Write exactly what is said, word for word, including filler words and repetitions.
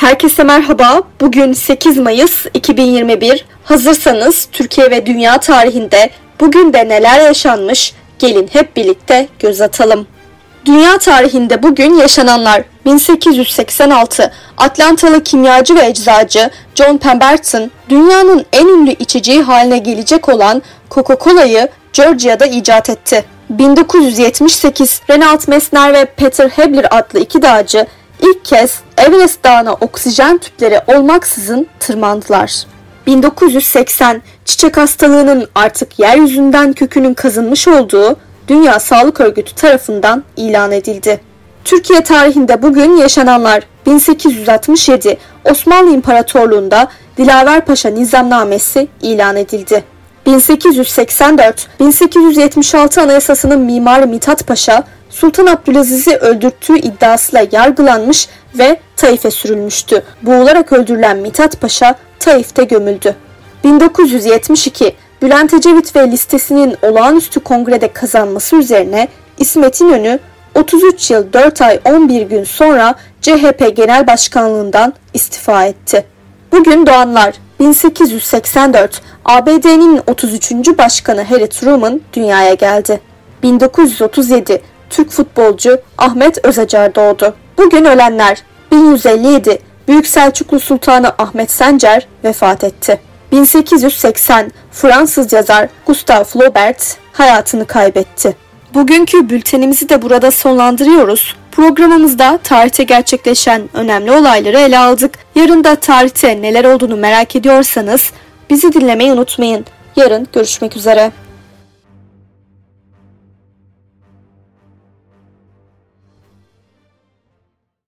Herkese merhaba. Bugün sekiz Mayıs iki bin yirmi bir. Hazırsanız Türkiye ve dünya tarihinde bugün de neler yaşanmış? Gelin hep birlikte göz atalım. Dünya tarihinde bugün yaşananlar: bin sekiz yüz seksen altı Atlantalı kimyacı ve eczacı John Pemberton, dünyanın en ünlü içeceği haline gelecek olan Coca-Cola'yı Georgia'da icat etti. bin dokuz yüz yetmiş sekiz Reinhold Messner ve Peter Hebler adlı iki dağcı ilk kez Everest Dağı'na oksijen tüpleri olmaksızın tırmandılar. bin dokuz yüz seksen çiçek hastalığının artık yeryüzünden kökünün kazınmış olduğu Dünya Sağlık Örgütü tarafından ilan edildi. Türkiye tarihinde bugün yaşananlar: bin sekiz yüz altmış yedi Osmanlı İmparatorluğu'nda Dilaver Paşa Nizamnamesi ilan edildi. bin sekiz yüz seksen dört bin sekiz yüz yetmiş altı Anayasası'nın mimarı Mithat Paşa, Sultan Abdülaziz'i öldürttüğü iddiasıyla yargılanmış ve Taif'e sürülmüştü. Boğularak öldürülen Mithat Paşa Taif'te gömüldü. bin dokuz yüz yetmiş iki Bülent Ecevit ve listesinin olağanüstü kongrede kazanması üzerine İsmet İnönü otuz üç yıl dört ay on bir gün sonra C H P Genel Başkanlığından istifa etti. Bugün doğanlar: bin sekiz yüz seksen dört A B D'nin otuz üçüncü Başkanı Harry Truman dünyaya geldi. bin dokuz yüz otuz yedi Türk futbolcu Ahmet Özacar doğdu. Bugün ölenler: bin yüz elli yedi Büyük Selçuklu Sultanı Ahmet Sencer vefat etti. bin sekiz yüz seksen Fransız yazar Gustave Flaubert hayatını kaybetti. Bugünkü bültenimizi de burada sonlandırıyoruz. Programımızda tarihte gerçekleşen önemli olayları ele aldık. Yarın da tarihte neler olduğunu merak ediyorsanız bizi dinlemeyi unutmayın. Yarın görüşmek üzere.